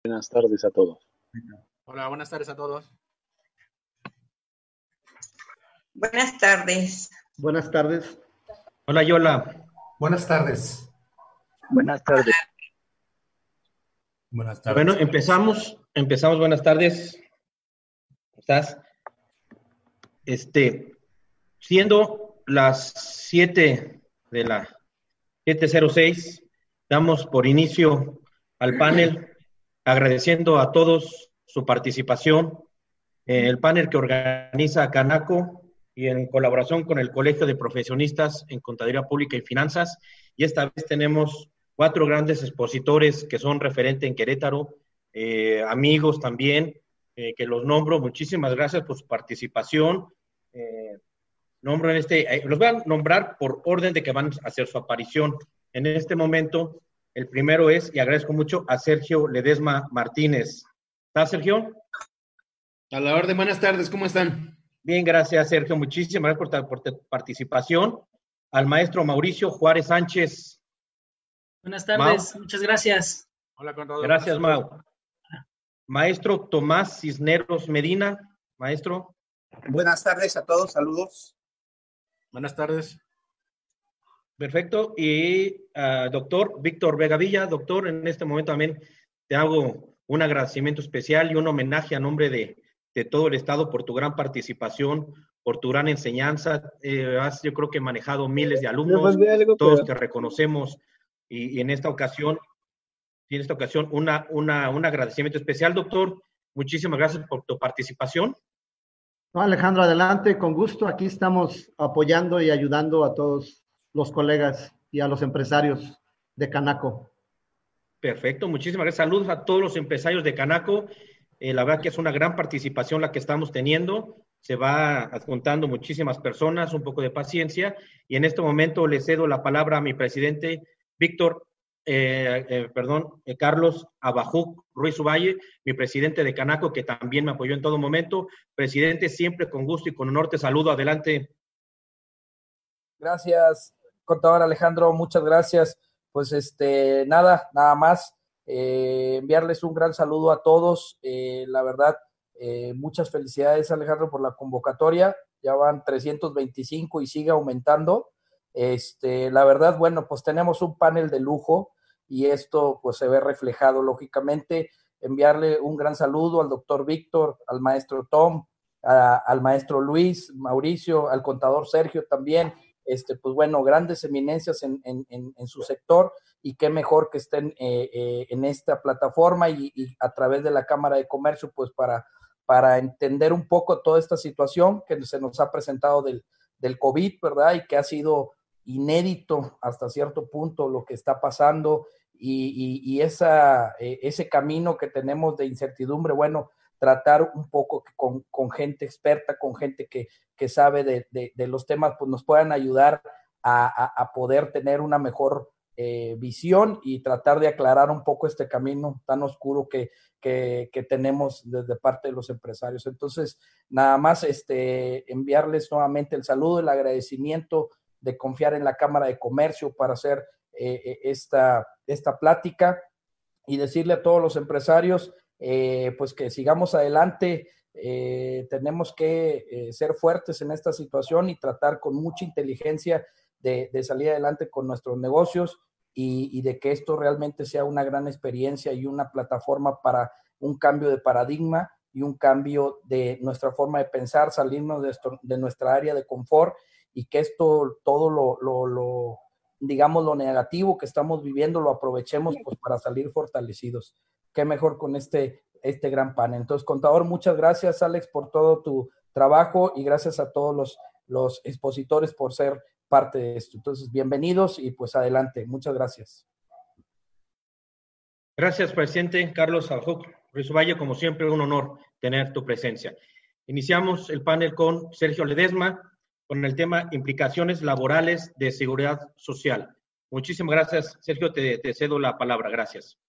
Buenas tardes a todos. Hola, buenas tardes a todos. Buenas tardes. Buenas tardes. Hola, Yola. Buenas tardes. Buenas tardes. Buenas tardes. Bueno, empezamos. Buenas tardes. ¿Cómo estás? Siendo las 7:06, damos por inicio al panel, agradeciendo a todos su participación. El panel que organiza Canaco y en colaboración con el Colegio de Profesionistas en Contaduría Pública y Finanzas. Y esta vez tenemos 4 grandes expositores que son referentes en Querétaro, amigos también, que los nombro. Muchísimas gracias por su participación. Los voy a nombrar por orden de que van a hacer su aparición. En este momento, el primero es, y agradezco mucho, a Sergio Ledesma Martínez. ¿Está, Sergio? A la orden, buenas tardes, ¿cómo están? Bien, gracias, Sergio. Muchísimas gracias por tu participación. Al maestro Mauricio Juárez Sánchez. Buenas tardes, Muchas gracias. Hola, contador. Gracias, Mau. Maestro Tomás Cisneros Medina, maestro. Buenas tardes a todos, saludos. Buenas tardes. Perfecto. Y doctor Víctor Vega Villa, doctor, en este momento también te hago un agradecimiento especial y un homenaje a nombre de todo el Estado por tu gran participación, por tu gran enseñanza. Has, yo creo que manejado miles de alumnos, todos te reconocemos y en esta ocasión, un agradecimiento especial, doctor. Muchísimas gracias por tu participación. No, Alejandro, adelante, con gusto. Aquí estamos apoyando y ayudando a todos los colegas y a los empresarios de Canaco. Perfecto, muchísimas gracias. Saludos a todos los empresarios de Canaco. La verdad que es una gran participación la que estamos teniendo. Se va adjuntando muchísimas personas, un poco de paciencia. Y en este momento le cedo la palabra a mi presidente, Carlos Abajuc Ruiz Uvalle, mi presidente de Canaco, que también me apoyó en todo momento. Presidente, siempre con gusto y con honor te saludo. Adelante. Gracias, contador Alejandro, muchas gracias. Pues nada más, enviarles un gran saludo a todos. La verdad, muchas felicidades, Alejandro, por la convocatoria. Ya van 325 y sigue aumentando. La verdad, bueno, pues tenemos un panel de lujo y esto pues se ve reflejado lógicamente. Enviarle un gran saludo al doctor Víctor, al maestro Tom, al maestro Luis, Mauricio, al contador Sergio también. Pues bueno, grandes eminencias en su sector y qué mejor que estén en esta plataforma y a través de la Cámara de Comercio, pues para entender un poco toda esta situación que se nos ha presentado del COVID, ¿verdad? Y que ha sido inédito hasta cierto punto lo que está pasando y ese camino que tenemos de incertidumbre, bueno, tratar un poco con gente experta, con gente que sabe de los temas, pues nos puedan ayudar a poder tener una mejor visión y tratar de aclarar un poco este camino tan oscuro que tenemos desde parte de los empresarios. Entonces, nada más enviarles nuevamente el saludo, el agradecimiento de confiar en la Cámara de Comercio para hacer esta plática y decirle a todos los empresarios pues que sigamos adelante. Tenemos que ser fuertes en esta situación y tratar con mucha inteligencia de salir adelante con nuestros negocios y de que esto realmente sea una gran experiencia y una plataforma para un cambio de paradigma y un cambio de nuestra forma de pensar, salirnos de nuestra área de confort y que esto, todo lo digamos, lo negativo que estamos viviendo, lo aprovechemos pues para salir fortalecidos. Qué mejor con este gran panel. Entonces, contador, muchas gracias, Alex, por todo tu trabajo y gracias a todos los expositores por ser parte de esto. Entonces, bienvenidos y pues adelante. Muchas gracias. Gracias, presidente Carlos Abajuc Ruiz Uvalle. Como siempre, un honor tener tu presencia. Iniciamos el panel con Sergio Ledesma, con el tema implicaciones laborales de seguridad social. Muchísimas gracias, Sergio, te cedo la palabra. Gracias.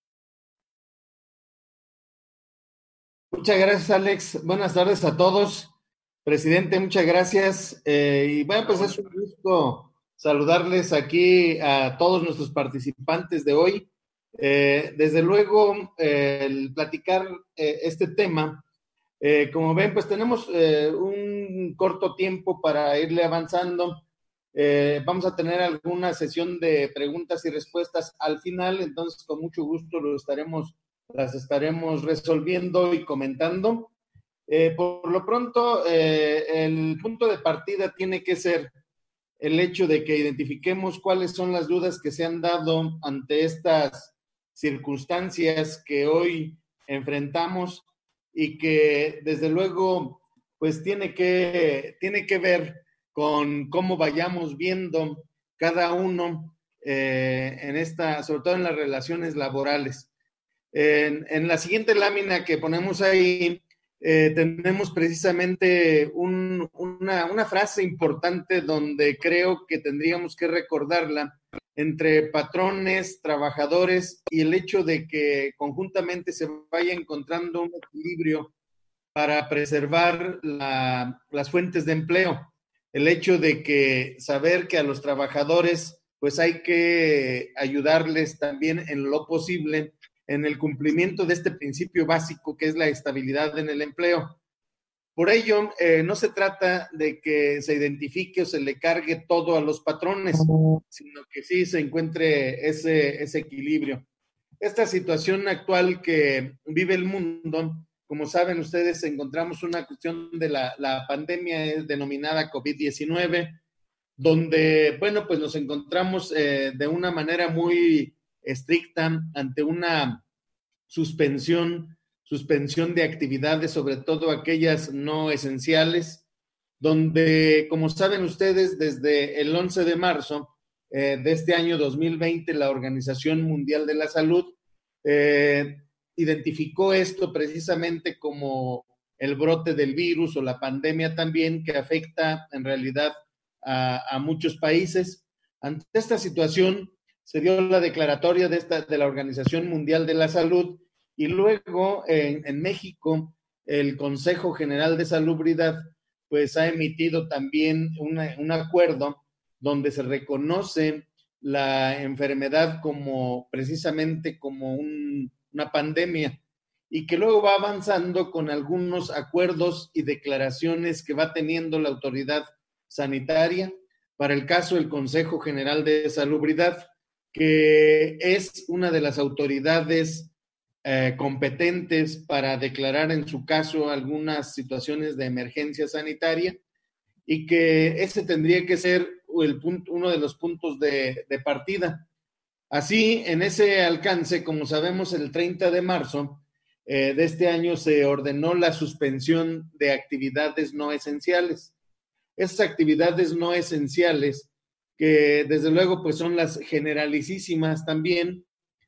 Muchas gracias, Alex. Buenas tardes a todos. Presidente, muchas gracias. Y bueno, pues es un gusto saludarles aquí a todos nuestros participantes de hoy. Desde luego, el platicar este tema, como ven, pues tenemos un corto tiempo para irle avanzando. Vamos a tener alguna sesión de preguntas y respuestas al final, entonces con mucho gusto las estaremos resolviendo y comentando. Por lo pronto, el punto de partida tiene que ser el hecho de que identifiquemos cuáles son las dudas que se han dado ante estas circunstancias que hoy enfrentamos y que desde luego pues tiene que ver con cómo vayamos viendo cada uno sobre todo en las relaciones laborales. En la siguiente lámina que ponemos ahí, tenemos precisamente una frase importante donde creo que tendríamos que recordarla entre patrones, trabajadores y el hecho de que conjuntamente se vaya encontrando un equilibrio para preservar las fuentes de empleo. El hecho de que saber que a los trabajadores pues hay que ayudarles también en lo posible en el cumplimiento de este principio básico que es la estabilidad en el empleo. Por ello, no se trata de que se identifique o se le cargue todo a los patrones, sino que sí se encuentre ese equilibrio. Esta situación actual que vive el mundo, como saben ustedes, encontramos una cuestión de la pandemia denominada COVID-19, donde, bueno, pues nos encontramos de una manera muy estricta ante una suspensión de actividades, sobre todo aquellas no esenciales, donde, como saben ustedes, desde el 11 de marzo de este año 2020, la Organización Mundial de la Salud identificó esto precisamente como el brote del virus o la pandemia también, que afecta en realidad a muchos países. Ante esta situación, se dio la declaratoria de la Organización Mundial de la Salud y luego en México el Consejo General de Salubridad pues ha emitido también un acuerdo donde se reconoce la enfermedad como precisamente como una pandemia y que luego va avanzando con algunos acuerdos y declaraciones que va teniendo la autoridad sanitaria. Para el caso del Consejo General de Salubridad, que es una de las autoridades competentes para declarar en su caso algunas situaciones de emergencia sanitaria y que ese tendría que ser uno de los puntos de partida. Así, en ese alcance, como sabemos, el 30 de marzo de este año se ordenó la suspensión de actividades no esenciales. Esas actividades no esenciales, que desde luego pues son las generalisísimas también,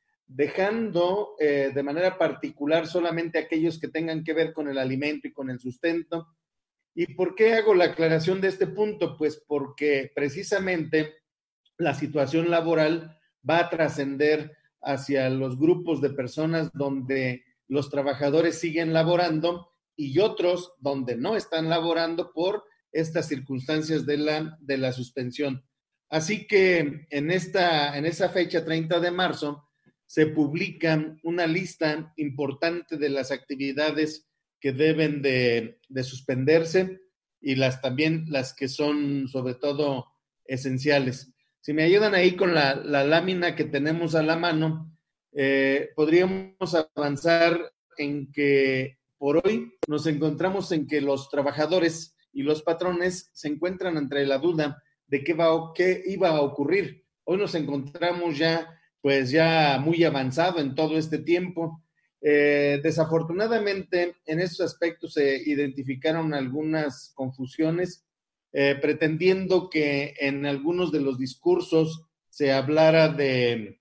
dejando de manera particular solamente aquellos que tengan que ver con el alimento y con el sustento. ¿Y por qué hago la aclaración de este punto? Pues porque precisamente la situación laboral va a trascender hacia los grupos de personas donde los trabajadores siguen laborando y otros donde no están laborando por estas circunstancias de la suspensión. Así que en esa fecha, 30 de marzo, se publica una lista importante de las actividades que deben de suspenderse y también las que son sobre todo esenciales. Si me ayudan ahí con la lámina que tenemos a la mano, podríamos avanzar en que por hoy nos encontramos en que los trabajadores y los patrones se encuentran entre la duda de qué iba a ocurrir. Hoy nos encontramos ya muy avanzado en todo este tiempo. Desafortunadamente, en estos aspectos se identificaron algunas confusiones, pretendiendo que en algunos de los discursos se hablara de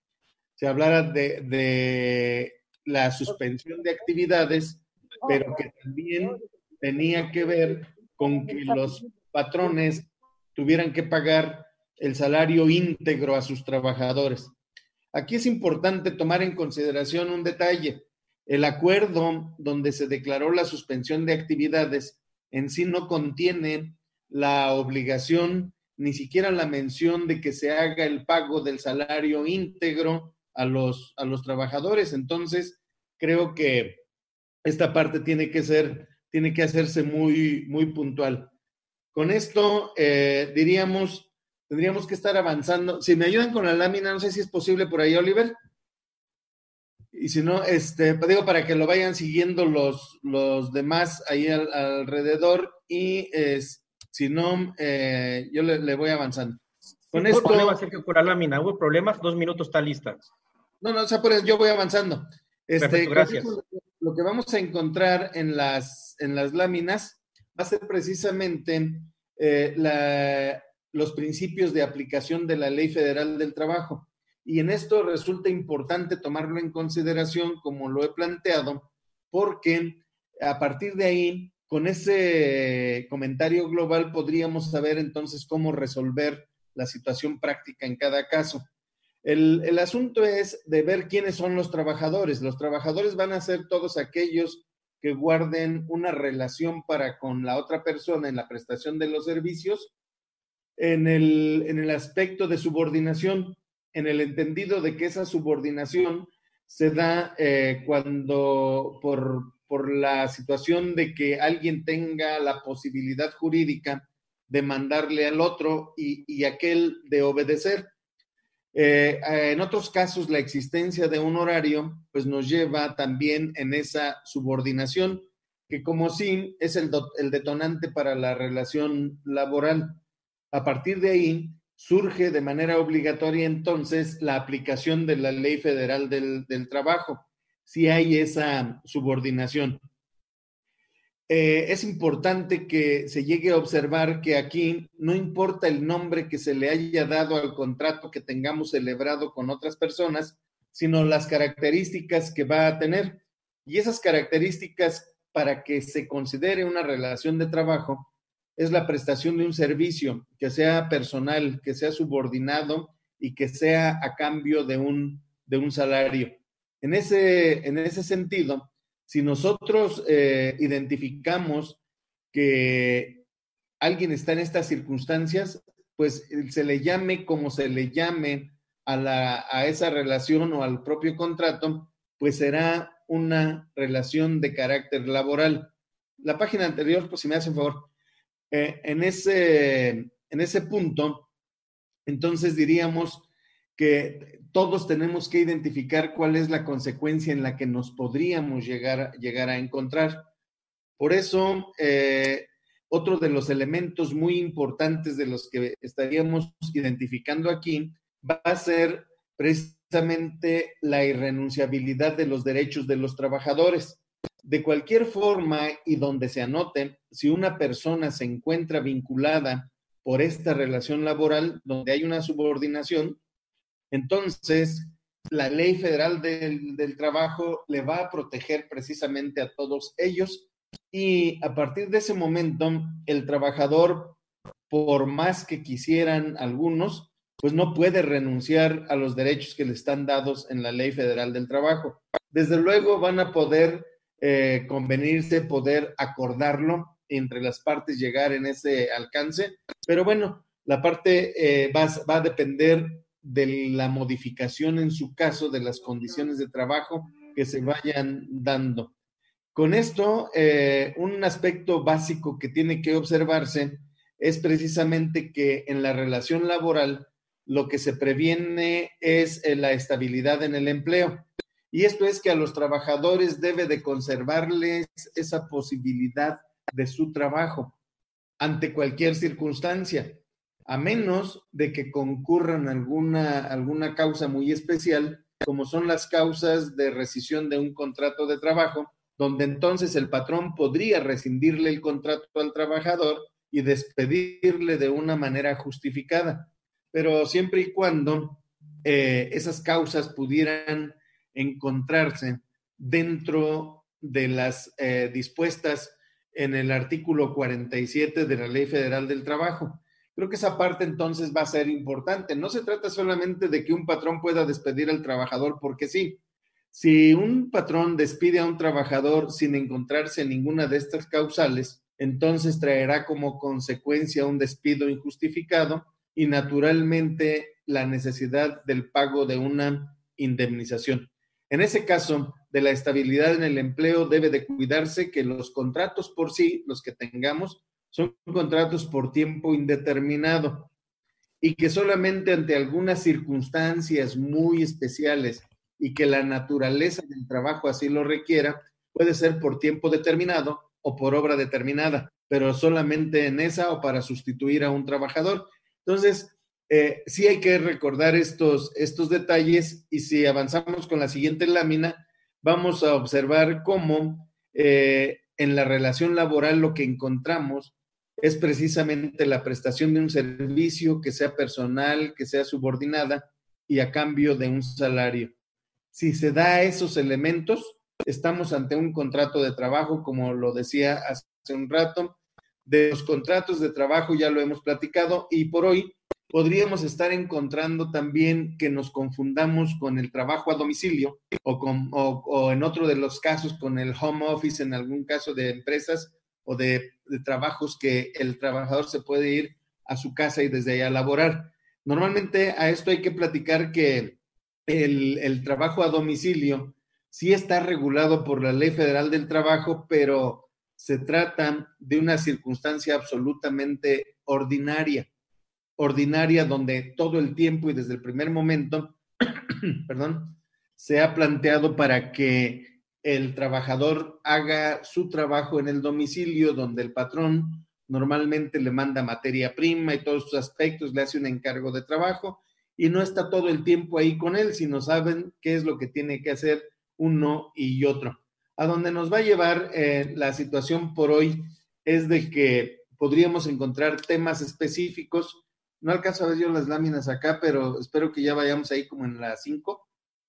la suspensión de actividades, pero que también tenía que ver con que los patrones tuvieran que pagar el salario íntegro a sus trabajadores. Aquí es importante tomar en consideración un detalle. El acuerdo donde se declaró la suspensión de actividades en sí no contiene la obligación, ni siquiera la mención de que se haga el pago del salario íntegro a los trabajadores. Entonces, creo que esta parte tiene que hacerse muy, muy puntual. Con esto, tendríamos que estar avanzando. Si me ayudan con la lámina, no sé si es posible por ahí, Oliver. Y si no, digo, para que lo vayan siguiendo los demás ahí alrededor. Y si no, yo le voy avanzando. Con esto. Problema, Sergio, por la lámina. ¿Hubo problemas? 2 minutos está lista. No, o sea, yo voy avanzando. Perfecto, gracias. Lo que vamos a encontrar en las láminas va a ser precisamente los principios de aplicación de la Ley Federal del Trabajo. Y en esto resulta importante tomarlo en consideración, como lo he planteado, porque a partir de ahí, con ese comentario global, podríamos saber entonces cómo resolver la situación práctica en cada caso. El asunto es de ver quiénes son los trabajadores. Los trabajadores van a ser todos aquellos que guarden una relación para con la otra persona en la prestación de los servicios en el aspecto de subordinación, en el entendido de que esa subordinación se da cuando por la situación de que alguien tenga la posibilidad jurídica de mandarle al otro y aquel de obedecer. En otros casos, la existencia de un horario pues nos lleva también en esa subordinación, que como sí es el detonante para la relación laboral. A partir de ahí surge de manera obligatoria entonces la aplicación de la Ley Federal del Trabajo, si hay esa subordinación. Es importante que se llegue a observar que aquí no importa el nombre que se le haya dado al contrato que tengamos celebrado con otras personas, sino las características que va a tener. Y esas características, para que se considere una relación de trabajo, es la prestación de un servicio que sea personal, que sea subordinado y que sea a cambio de un salario. En ese sentido, si nosotros identificamos que alguien está en estas circunstancias, pues se le llame como se le llame a esa relación o al propio contrato, pues será una relación de carácter laboral. La página anterior, pues si me hacen favor, en ese punto, entonces diríamos que todos tenemos que identificar cuál es la consecuencia en la que nos podríamos llegar a encontrar. Por eso, otro de los elementos muy importantes de los que estaríamos identificando aquí va a ser precisamente la irrenunciabilidad de los derechos de los trabajadores. De cualquier forma y donde se anote, si una persona se encuentra vinculada por esta relación laboral donde hay una subordinación, entonces la Ley Federal del Trabajo le va a proteger precisamente a todos ellos y a partir de ese momento el trabajador, por más que quisieran algunos, pues no puede renunciar a los derechos que le están dados en la Ley Federal del Trabajo. Desde luego van a poder convenirse, poder acordarlo entre las partes, llegar en ese alcance, pero bueno, la parte va a depender de la modificación en su caso de las condiciones de trabajo que se vayan dando. Con esto, un aspecto básico que tiene que observarse es precisamente que en la relación laboral lo que se previene es la estabilidad en el empleo. Y esto es que a los trabajadores debe de conservarles esa posibilidad de su trabajo ante cualquier circunstancia, a menos de que concurran alguna causa muy especial, como son las causas de rescisión de un contrato de trabajo, donde entonces el patrón podría rescindirle el contrato al trabajador y despedirle de una manera justificada. Pero siempre y cuando esas causas pudieran encontrarse dentro de las dispuestas en el artículo 47 de la Ley Federal del Trabajo. Creo que esa parte entonces va a ser importante. No se trata solamente de que un patrón pueda despedir al trabajador porque sí. Si un patrón despide a un trabajador sin encontrarse en ninguna de estas causales, entonces traerá como consecuencia un despido injustificado y naturalmente la necesidad del pago de una indemnización. En ese caso, de la estabilidad en el empleo debe de cuidarse que los contratos por sí, los que tengamos, son contratos por tiempo indeterminado y que solamente ante algunas circunstancias muy especiales y que la naturaleza del trabajo así lo requiera, puede ser por tiempo determinado o por obra determinada, pero solamente en esa o para sustituir a un trabajador. Entonces, sí hay que recordar estos detalles, y si avanzamos con la siguiente lámina, vamos a observar cómo en la relación laboral lo que encontramos es precisamente la prestación de un servicio que sea personal, que sea subordinada y a cambio de un salario. Si se da esos elementos, estamos ante un contrato de trabajo, como lo decía hace un rato. De los contratos de trabajo ya lo hemos platicado, y por hoy podríamos estar encontrando también que nos confundamos con el trabajo a domicilio o en otro de los casos con el home office, en algún caso de empresas o de trabajos que el trabajador se puede ir a su casa y desde allá laborar. Normalmente a esto hay que platicar que el trabajo a domicilio sí está regulado por la Ley Federal del Trabajo, pero se trata de una circunstancia absolutamente ordinaria donde todo el tiempo y desde el primer momento, se ha planteado para que el trabajador haga su trabajo en el domicilio, donde el patrón normalmente le manda materia prima y todos sus aspectos, le hace un encargo de trabajo y no está todo el tiempo ahí con él, sino saben qué es lo que tiene que hacer uno y otro. A donde nos va a llevar la situación por hoy es de que podríamos encontrar temas específicos. No alcanzo a ver yo las láminas acá, pero espero que ya vayamos ahí como en las 5,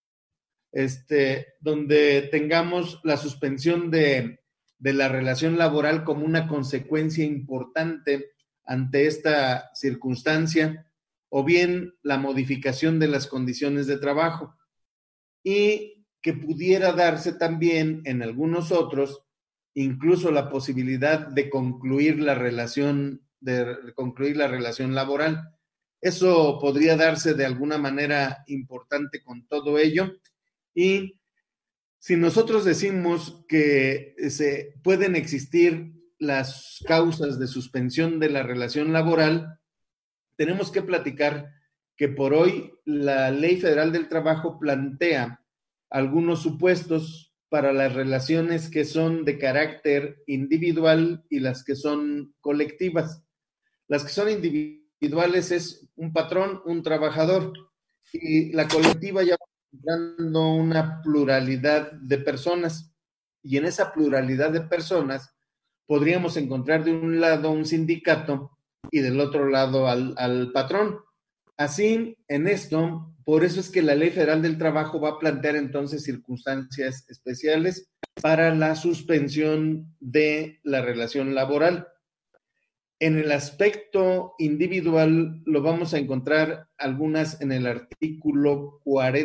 donde tengamos la suspensión de la relación laboral como una consecuencia importante ante esta circunstancia, o bien la modificación de las condiciones de trabajo, y que pudiera darse también en algunos otros, incluso la posibilidad de concluir la relación laboral. Eso podría darse de alguna manera importante con todo ello. Y si nosotros decimos que se pueden existir las causas de suspensión de la relación laboral, tenemos que platicar que por hoy la Ley Federal del Trabajo plantea algunos supuestos para las relaciones que son de carácter individual y las que son colectivas. Las que son individuales es un patrón, un trabajador, y la colectiva ya va dando una pluralidad de personas, y en esa pluralidad de personas podríamos encontrar de un lado un sindicato y del otro lado al patrón. Así, en esto, por eso es que la Ley Federal del Trabajo va a plantear entonces circunstancias especiales para la suspensión de la relación laboral. En el aspecto individual lo vamos a encontrar algunas en el artículo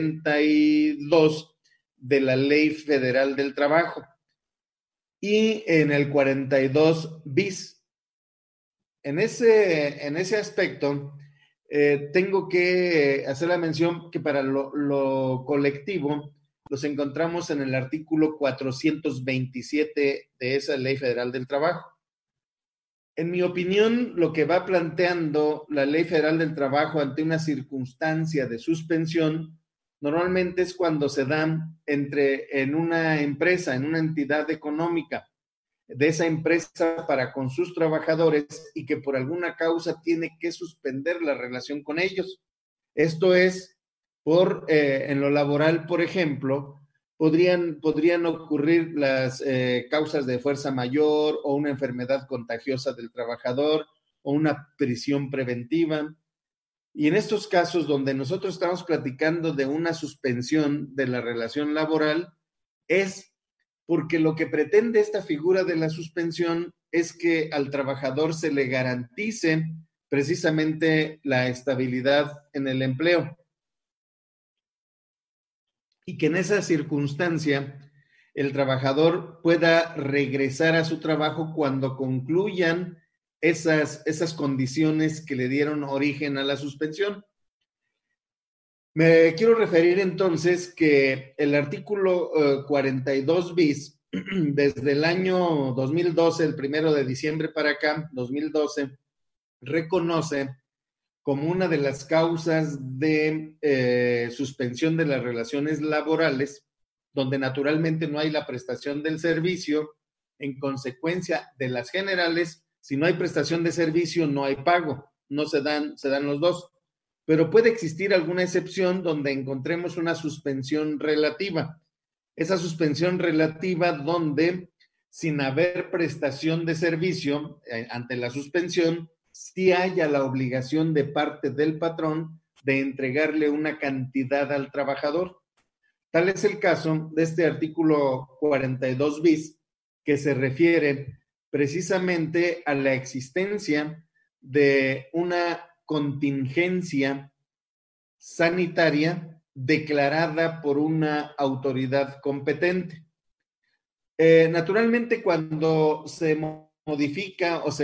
42 de la Ley Federal del Trabajo y en el 42 bis. En ese aspecto tengo que hacer la mención que para lo colectivo los encontramos en el artículo 427 de esa Ley Federal del Trabajo. En mi opinión, lo que va planteando la Ley Federal del Trabajo ante una circunstancia de suspensión, normalmente es cuando se dan en una empresa, en una entidad económica de esa empresa para con sus trabajadores y que por alguna causa tiene que suspender la relación con ellos. Esto es, en lo laboral, por ejemplo, podrían ocurrir las causas de fuerza mayor o una enfermedad contagiosa del trabajador o una prisión preventiva. Y en estos casos donde nosotros estamos platicando de una suspensión de la relación laboral, es porque lo que pretende esta figura de la suspensión es que al trabajador se le garantice precisamente la estabilidad en el empleo. Y que en esa circunstancia el trabajador pueda regresar a su trabajo cuando concluyan esas condiciones que le dieron origen a la suspensión. Me quiero referir entonces que el artículo 42 bis, desde el año 2012, el 1 de diciembre para acá, 2012, reconoce como una de las causas de suspensión de las relaciones laborales, donde naturalmente no hay la prestación del servicio, en consecuencia de las generales, si no hay prestación de servicio, no hay pago, no se dan los dos. Pero puede existir alguna excepción donde encontremos una suspensión relativa. Esa suspensión relativa donde, sin haber prestación de servicio, ante la suspensión, sí haya la obligación de parte del patrón de entregarle una cantidad al trabajador. Tal es el caso de este artículo 42 bis, que se refiere precisamente a la existencia de una contingencia sanitaria declarada por una autoridad competente. Naturalmente, cuando se modifica o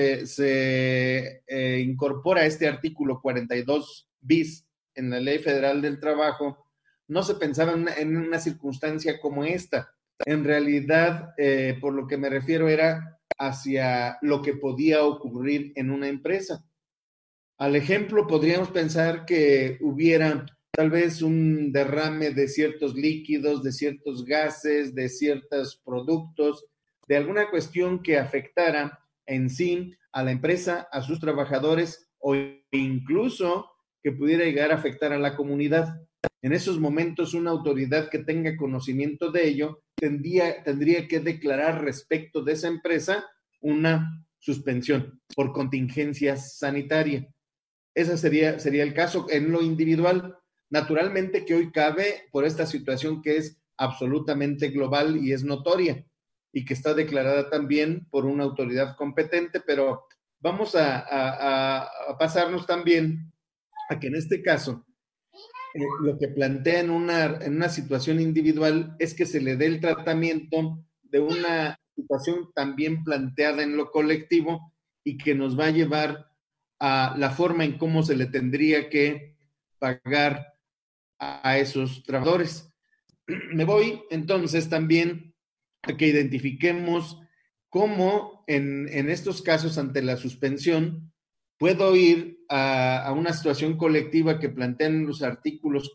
se incorpora este artículo 42 bis en la Ley Federal del Trabajo, no se pensaba en una circunstancia como esta. En realidad, por lo que me refiero, era hacia lo que podía ocurrir en una empresa. Al ejemplo, podríamos pensar que hubiera tal vez un derrame de ciertos líquidos, de ciertos gases, de ciertos productos, de alguna cuestión que afectara en sí a la empresa, a sus trabajadores o incluso que pudiera llegar a afectar a la comunidad. En esos momentos, una autoridad que tenga conocimiento de ello tendría que declarar respecto de esa empresa una suspensión por contingencia sanitaria. Ese sería el caso en lo individual. Naturalmente que hoy cabe por esta situación que es absolutamente global y es notoria y que está declarada también por una autoridad competente, pero vamos a pasarnos también a que en este caso lo que plantea en una situación individual es que se le dé el tratamiento de una situación también planteada en lo colectivo y que nos va a llevar a la forma en cómo se le tendría que pagar a esos trabajadores. Me voy entonces también a que identifiquemos cómo en estos casos ante la suspensión puedo ir a una situación colectiva que plantean los artículos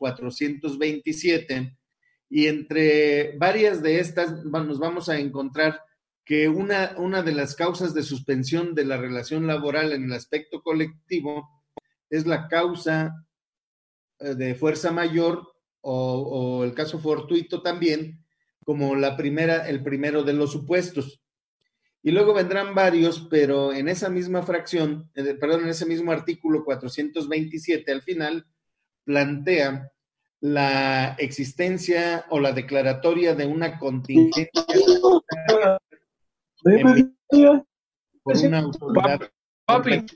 427 y entre varias de estas nos vamos a encontrar que una de las causas de suspensión de la relación laboral en el aspecto colectivo es la causa de fuerza mayor o el caso fortuito también, como el primero de los supuestos. Y luego vendrán varios, pero en esa misma fracción, en ese mismo artículo 427, al final, plantea la existencia o la declaratoria de una contingencia por una autoridad. Papi.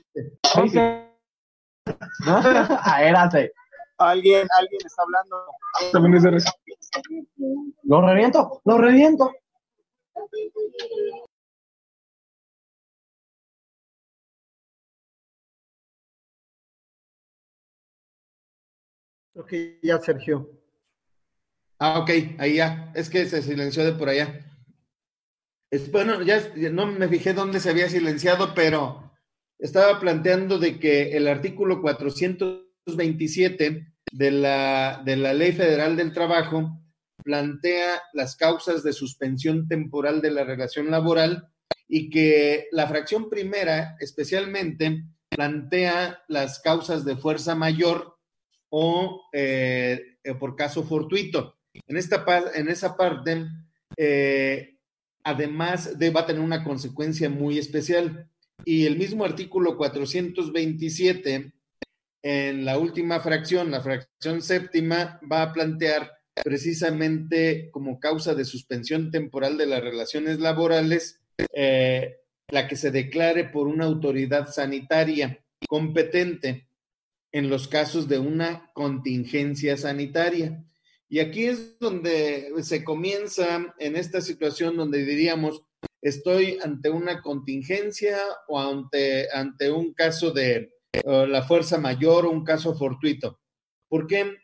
Aérate. Alguien está hablando. Lo reviento. Ok, ya Sergio. Ok, ahí ya. Es que se silenció de por allá. Bueno, ya no me fijé dónde se había silenciado, pero estaba planteando de que el artículo 427 de la Ley Federal del Trabajo plantea las causas de suspensión temporal de la relación laboral y que la fracción primera especialmente plantea las causas de fuerza mayor o por caso fortuito. En esa parte, además va a tener una consecuencia muy especial. Y el mismo artículo 427, en la última fracción, la fracción séptima, va a plantear precisamente como causa de suspensión temporal de las relaciones laborales la que se declare por una autoridad sanitaria competente en los casos de una contingencia sanitaria. Y aquí es donde se comienza en esta situación donde diríamos, estoy ante una contingencia o ante un caso de la fuerza mayor o un caso fortuito. ¿Por qué?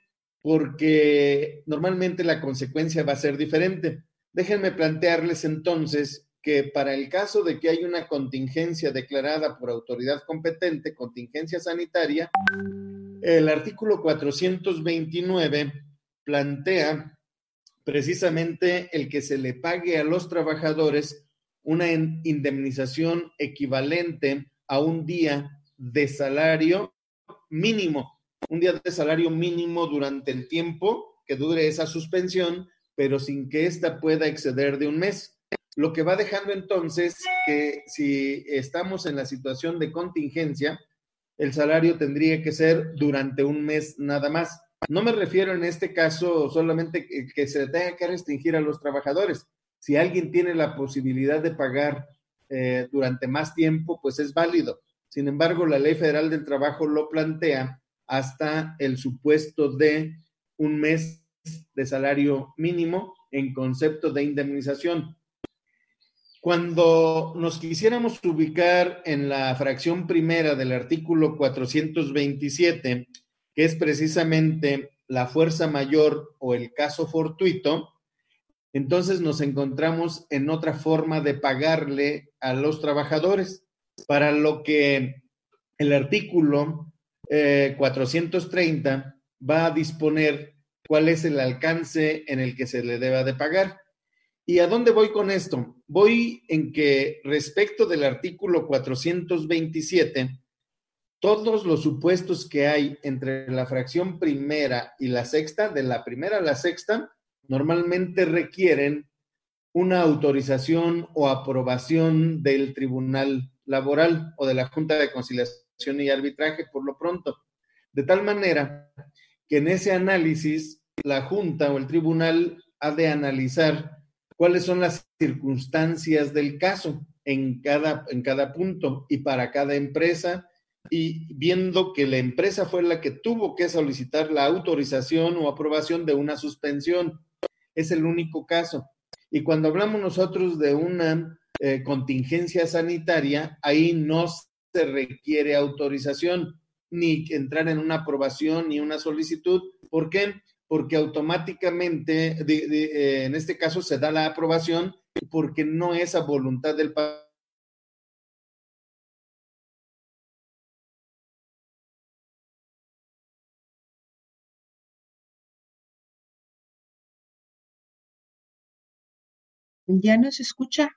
porque normalmente la consecuencia va a ser diferente. Déjenme plantearles entonces que para el caso de que hay una contingencia declarada por autoridad competente, contingencia sanitaria, el artículo 429 plantea precisamente el que se le pague a los trabajadores una indemnización equivalente a un día de salario mínimo, durante el tiempo que dure esa suspensión, pero sin que ésta pueda exceder de un mes. Lo que va dejando entonces que si estamos en la situación de contingencia, el salario tendría que ser durante un mes nada más. No me refiero en este caso solamente que se tenga que restringir a los trabajadores. Si alguien tiene la posibilidad de pagar durante más tiempo, pues es válido. Sin embargo, la Ley Federal del Trabajo lo plantea hasta el supuesto de un mes de salario mínimo en concepto de indemnización. Cuando nos quisiéramos ubicar en la fracción primera del artículo 427, que es precisamente la fuerza mayor o el caso fortuito, entonces nos encontramos en otra forma de pagarle a los trabajadores, para lo que el artículo 430 va a disponer cuál es el alcance en el que se le deba de pagar. ¿Y a dónde voy con esto? Voy en que respecto del artículo 427, todos los supuestos que hay entre la fracción primera y la sexta, de la primera a la sexta, normalmente requieren una autorización o aprobación del Tribunal Laboral o de la Junta de Conciliación y Arbitraje por lo pronto. De tal manera que en ese análisis la Junta o el Tribunal ha de analizar cuáles son las circunstancias del caso en cada punto y para cada empresa, y viendo que la empresa fue la que tuvo que solicitar la autorización o aprobación de una suspensión. Es el único caso. Y cuando hablamos nosotros de una contingencia sanitaria, ahí no se requiere autorización, ni entrar en una aprobación, ni una solicitud. ¿Por qué? Porque automáticamente, en este caso, se da la aprobación porque no es a voluntad del país. ¿Ya no se escucha?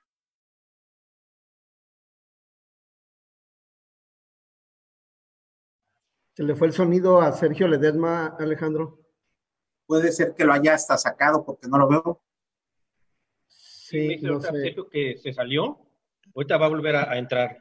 ¿Se le fue el sonido a Sergio Ledesma, Alejandro? Puede ser que lo haya hasta sacado porque no lo veo. Sí, me dice no sé. Sergio que se salió. Ahorita va a volver a entrar.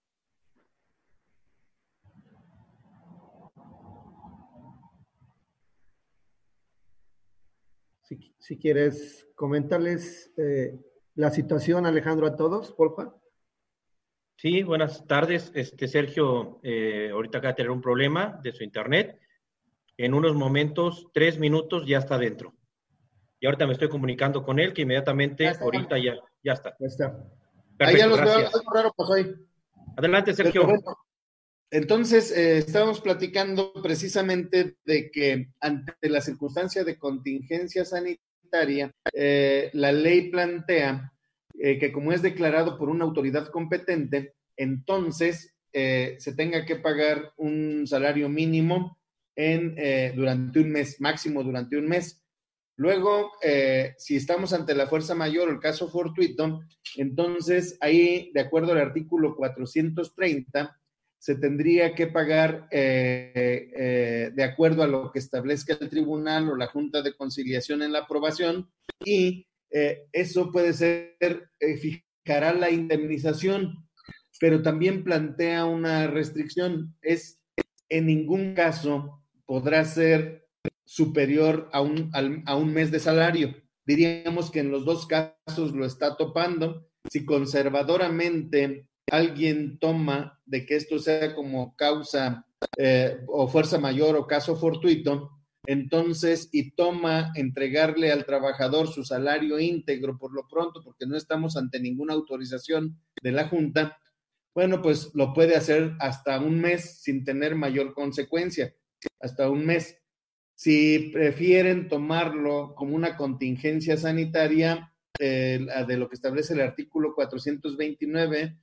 Si quieres, coméntales la situación, Alejandro, a todos, porfa. Sí, buenas tardes. Sergio, ahorita acaba de tener un problema de su internet. En unos momentos, 3 minutos, ya está dentro. Y ahorita me estoy comunicando con él, que inmediatamente, ahorita ya está. Ya está. Perfecto, ahí ya los gracias. veo, algo raro pasó ahí. Adelante, Sergio. Bueno, entonces, estábamos platicando precisamente de que ante la circunstancia de contingencia sanitaria, la ley plantea que como es declarado por una autoridad competente, entonces se tenga que pagar un salario mínimo durante un mes, máximo durante un mes. Luego, si estamos ante la fuerza mayor o el caso fortuito, entonces ahí, de acuerdo al artículo 430, se tendría que pagar de acuerdo a lo que establezca el tribunal o la Junta de Conciliación en la aprobación, y eso puede ser, fijará la indemnización, pero también plantea una restricción, es en ningún caso podrá ser superior a un mes de salario. Diríamos que en los dos casos lo está topando. Si conservadoramente alguien toma de que esto sea como causa o fuerza mayor o caso fortuito, entonces, y toma entregarle al trabajador su salario íntegro por lo pronto, porque no estamos ante ninguna autorización de la Junta, bueno, pues lo puede hacer hasta un mes sin tener mayor consecuencia, hasta un mes. Si prefieren tomarlo como una contingencia sanitaria, de lo que establece el artículo 429,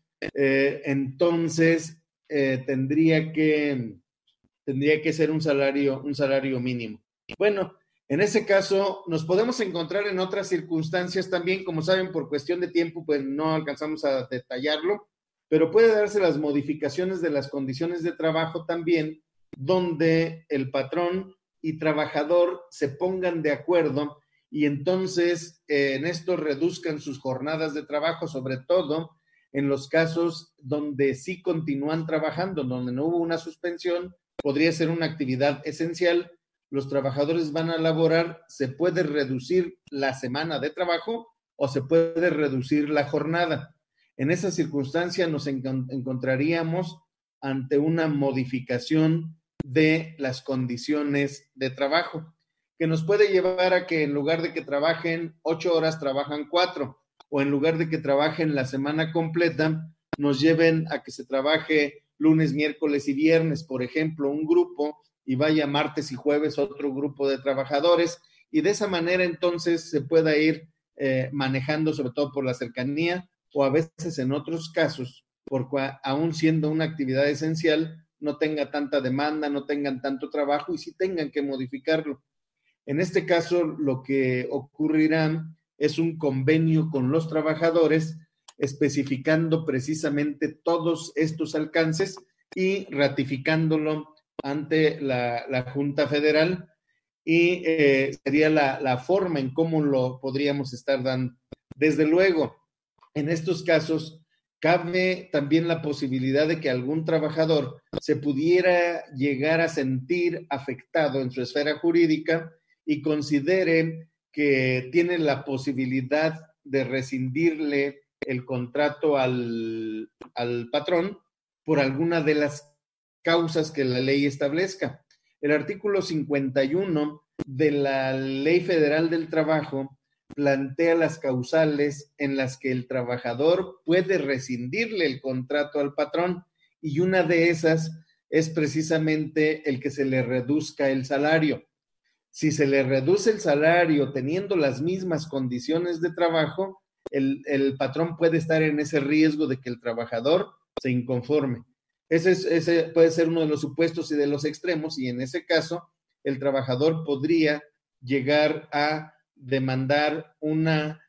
entonces tendría que ser un salario mínimo. Bueno, en ese caso nos podemos encontrar en otras circunstancias también, como saben, por cuestión de tiempo, pues no alcanzamos a detallarlo, pero puede darse las modificaciones de las condiciones de trabajo también, donde el patrón y trabajador se pongan de acuerdo y entonces en esto reduzcan sus jornadas de trabajo, sobre todo en los casos donde sí continúan trabajando, donde no hubo una suspensión, podría ser una actividad esencial, los trabajadores van a laborar, se puede reducir la semana de trabajo o se puede reducir la jornada. En esa circunstancia nos encontraríamos ante una modificación de las condiciones de trabajo, que nos puede llevar a que en lugar de que trabajen 8 horas, trabajan 4, o en lugar de que trabajen la semana completa, nos lleven a que se trabaje lunes, miércoles y viernes, por ejemplo, un grupo, y vaya martes y jueves otro grupo de trabajadores, y de esa manera entonces se pueda ir manejando, sobre todo por la cercanía, o a veces en otros casos, porque aún siendo una actividad esencial, no tenga tanta demanda, no tengan tanto trabajo y sí tengan que modificarlo. En este caso, lo que ocurrirá es un convenio con los trabajadores especificando precisamente todos estos alcances y ratificándolo ante la Junta Federal y sería la forma en cómo lo podríamos estar dando. Desde luego, en estos casos, cabe también la posibilidad de que algún trabajador se pudiera llegar a sentir afectado en su esfera jurídica y considere que tiene la posibilidad de rescindirle el contrato al patrón por alguna de las causas que la ley establezca. El artículo 51 de la Ley Federal del Trabajo plantea las causales en las que el trabajador puede rescindirle el contrato al patrón y una de esas es precisamente el que se le reduzca el salario. Si se le reduce el salario teniendo las mismas condiciones de trabajo, el patrón puede estar en ese riesgo de que el trabajador se inconforme. Ese puede ser uno de los supuestos y de los extremos, y en ese caso el trabajador podría llegar a demandar una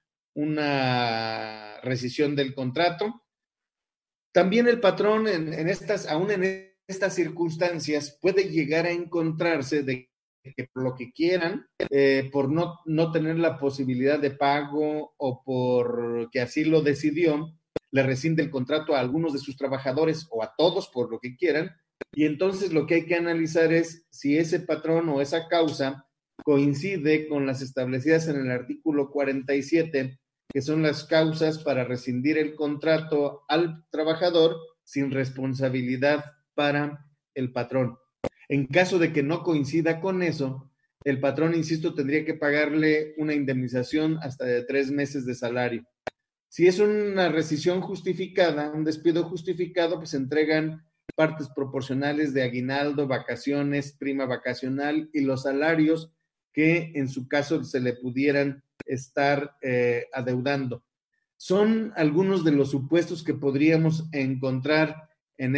rescisión del contrato. También el patrón aún en estas circunstancias puede llegar a encontrarse de que por lo que quieran, por no tener la posibilidad de pago o por que así lo decidió, le rescinde el contrato a algunos de sus trabajadores o a todos por lo que quieran, y entonces lo que hay que analizar es si ese patrón o esa causa coincide con las establecidas en el artículo 47, que son las causas para rescindir el contrato al trabajador sin responsabilidad para el patrón. En caso de que no coincida con eso, el patrón, insisto, tendría que pagarle una indemnización hasta de 3 meses de salario. Si es una rescisión justificada, un despido justificado, pues se entregan partes proporcionales de aguinaldo, vacaciones, prima vacacional y los salarios que en su caso se le pudieran estar adeudando. Son algunos de los supuestos que podríamos encontrar en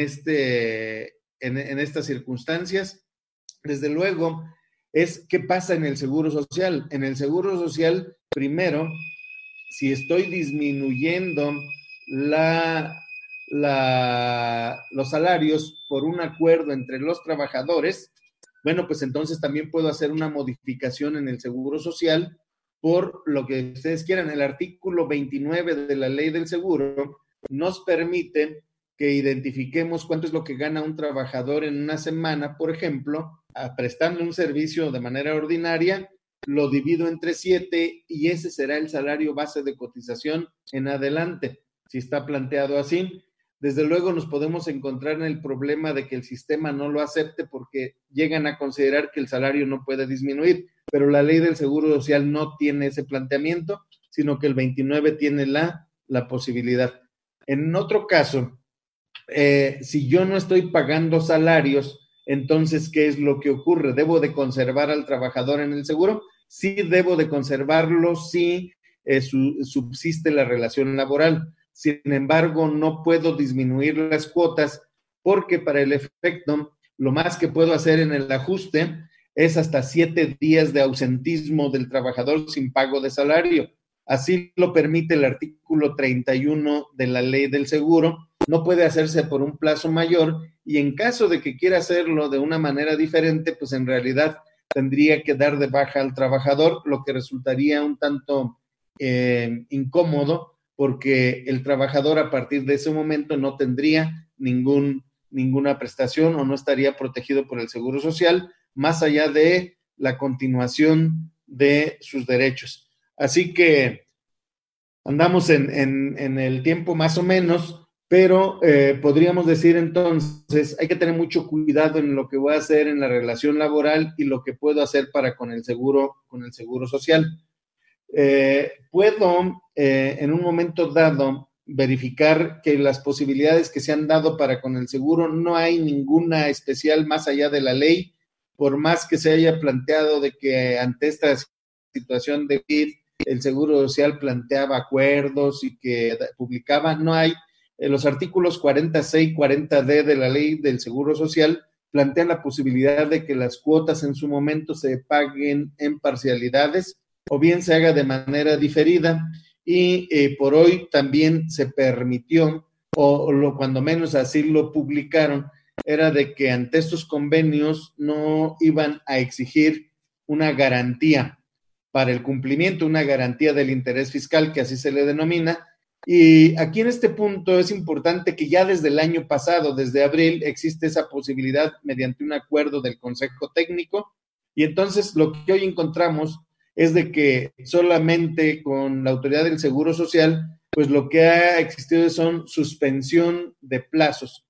estas circunstancias. Desde luego, es qué pasa en el Seguro Social. En el Seguro Social, primero, si estoy disminuyendo los salarios por un acuerdo entre los trabajadores, bueno, pues entonces también puedo hacer una modificación en el Seguro Social por lo que ustedes quieran. El artículo 29 de la Ley del Seguro nos permite que identifiquemos cuánto es lo que gana un trabajador en una semana, por ejemplo, prestando un servicio de manera ordinaria, lo divido entre 7 y ese será el salario base de cotización en adelante, si está planteado así. Desde luego nos podemos encontrar en el problema de que el sistema no lo acepte porque llegan a considerar que el salario no puede disminuir, pero la Ley del Seguro Social no tiene ese planteamiento, sino que el 29 tiene la posibilidad. En otro caso, si yo no estoy pagando salarios, Entonces, ¿qué es lo que ocurre? ¿Debo de conservar al trabajador en el seguro? Sí, debo de conservarlo si subsiste la relación laboral. Sin embargo, no puedo disminuir las cuotas porque para el efecto, lo más que puedo hacer en el ajuste es hasta 7 días de ausentismo del trabajador sin pago de salario. Así lo permite el artículo 31 de la ley del seguro. No puede hacerse por un plazo mayor y en caso de que quiera hacerlo de una manera diferente, pues en realidad tendría que dar de baja al trabajador, lo que resultaría un tanto incómodo porque el trabajador a partir de ese momento no tendría ninguna prestación o no estaría protegido por el Seguro Social, más allá de la continuación de sus derechos. Así que andamos en el tiempo más o menos, pero podríamos decir entonces, hay que tener mucho cuidado en lo que voy a hacer en la relación laboral y lo que puedo hacer para con el seguro social. Puedo en un momento dado verificar que las posibilidades que se han dado para con el seguro no hay ninguna especial más allá de la ley, por más que se haya planteado de que ante esta situación de COVID el Seguro Social planteaba acuerdos y que publicaba, no hay. Los artículos 46 y 40D de la ley del Seguro Social plantean la posibilidad de que las cuotas en su momento se paguen en parcialidades o bien se haga de manera diferida y por hoy también se permitió, cuando menos así lo publicaron, era de que ante estos convenios no iban a exigir una garantía para el cumplimiento, una garantía del interés fiscal, que así se le denomina. Y aquí en este punto es importante que ya desde el año pasado, desde abril, existe esa posibilidad mediante un acuerdo del Consejo Técnico. Y entonces lo que hoy encontramos es de que solamente con la autoridad del Seguro Social, pues lo que ha existido son suspensión de plazos,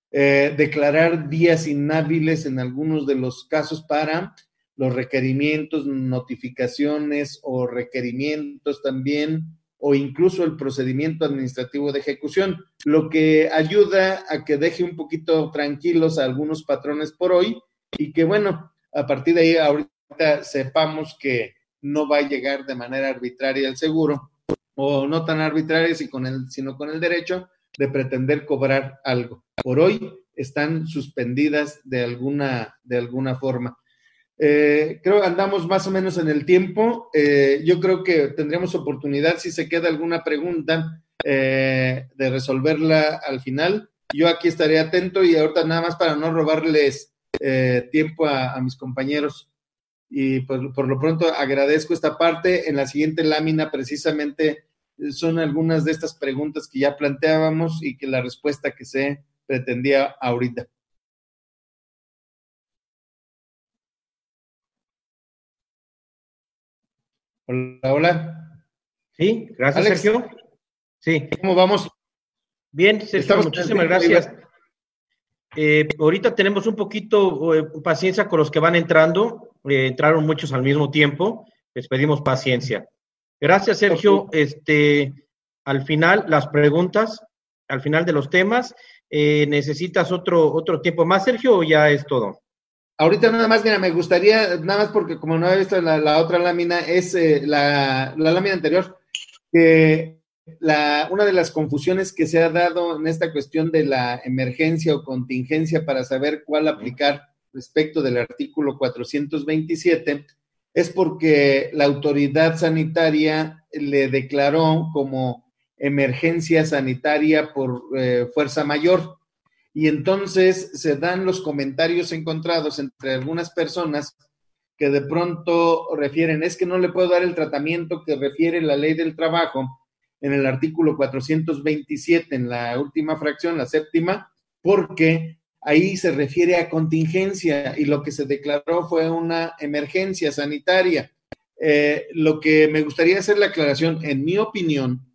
declarar días inhábiles en algunos de los casos para los requerimientos, notificaciones o requerimientos también, o incluso el procedimiento administrativo de ejecución, lo que ayuda a que deje un poquito tranquilos a algunos patrones por hoy y que, bueno, a partir de ahí ahorita sepamos que no va a llegar de manera arbitraria el seguro, o no tan arbitraria, sino con el derecho de pretender cobrar algo. Por hoy están suspendidas de alguna forma. Creo que andamos más o menos en el tiempo. Yo creo que tendremos oportunidad, si se queda alguna pregunta, de resolverla al final. Yo aquí estaré atento y ahorita nada más para no robarles tiempo a mis compañeros. Y por lo pronto agradezco esta parte. En la siguiente lámina precisamente son algunas de estas preguntas que ya planteábamos y que la respuesta que se pretendía ahorita. Hola, hola. Sí, gracias, Alex. Sergio. Sí. ¿Cómo vamos? Bien, Sergio, muchísimas gracias. Ahorita tenemos un poquito paciencia con los que van entrando. Entraron muchos al mismo tiempo. Les pedimos paciencia. Gracias, Sergio. Al final, las preguntas, al final de los temas, ¿necesitas otro tiempo más, Sergio, o ya es todo? Ahorita nada más, mira, me gustaría, nada más porque como no he visto la otra lámina, es la lámina anterior, que una de las confusiones que se ha dado en esta cuestión de la emergencia o contingencia para saber cuál aplicar respecto del artículo 427 es porque la autoridad sanitaria le declaró como emergencia sanitaria por fuerza mayor. Y entonces se dan los comentarios encontrados entre algunas personas que de pronto refieren, es que no le puedo dar el tratamiento que refiere la ley del trabajo en el artículo 427, en la última fracción, la séptima, porque ahí se refiere a contingencia y lo que se declaró fue una emergencia sanitaria. Lo que me gustaría hacer la aclaración, en mi opinión,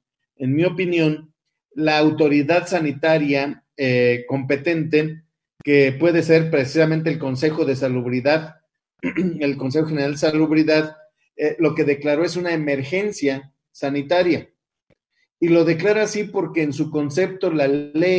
la autoridad sanitaria competente, que puede ser precisamente el Consejo de Salubridad, el Consejo General de Salubridad, lo que declaró es una emergencia sanitaria. Y lo declara así porque en su concepto la ley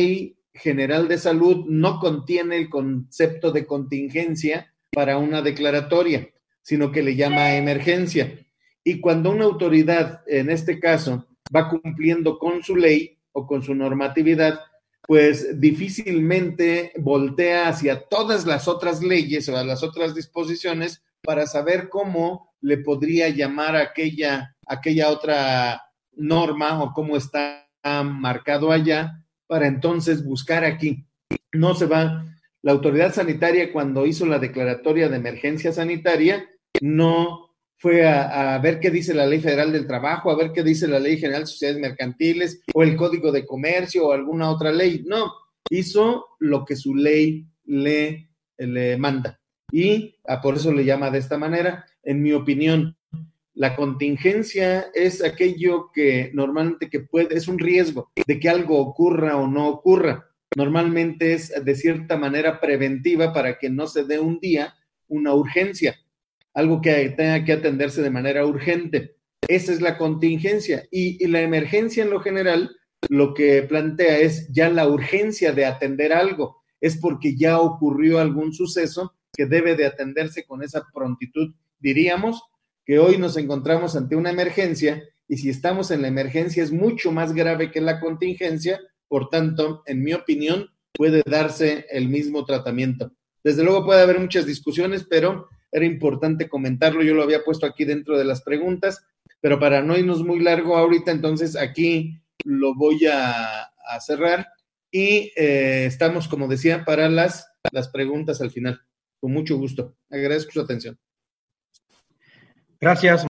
General de Salud no contiene el concepto de contingencia para una declaratoria, sino que le llama emergencia. Y cuando una autoridad, en este caso, va cumpliendo con su ley o con su normatividad, pues difícilmente voltea hacia todas las otras leyes o a las otras disposiciones para saber cómo le podría llamar a aquella otra norma o cómo está marcado allá, para entonces buscar aquí. No se va. La autoridad sanitaria, cuando hizo la declaratoria de emergencia sanitaria, no fue a ver qué dice la Ley Federal del Trabajo, a ver qué dice la Ley General de Sociedades Mercantiles o el Código de Comercio o alguna otra ley. No, hizo lo que su ley le manda. Y por eso le llama de esta manera. En mi opinión, la contingencia es aquello que normalmente es un riesgo de que algo ocurra o no ocurra. Normalmente es de cierta manera preventiva para que no se dé un día una urgencia, algo que tenga que atenderse de manera urgente. Esa es la contingencia. Y la emergencia en lo general lo que plantea es ya la urgencia de atender algo. Es porque ya ocurrió algún suceso que debe de atenderse con esa prontitud. Diríamos que hoy nos encontramos ante una emergencia y si estamos en la emergencia es mucho más grave que la contingencia. Por tanto, en mi opinión, puede darse el mismo tratamiento. Desde luego puede haber muchas discusiones, pero era importante comentarlo. Yo lo había puesto aquí dentro de las preguntas, pero para no irnos muy largo ahorita, entonces aquí lo voy a cerrar y estamos, como decía, para las preguntas al final. Con mucho gusto. Agradezco su atención. Gracias.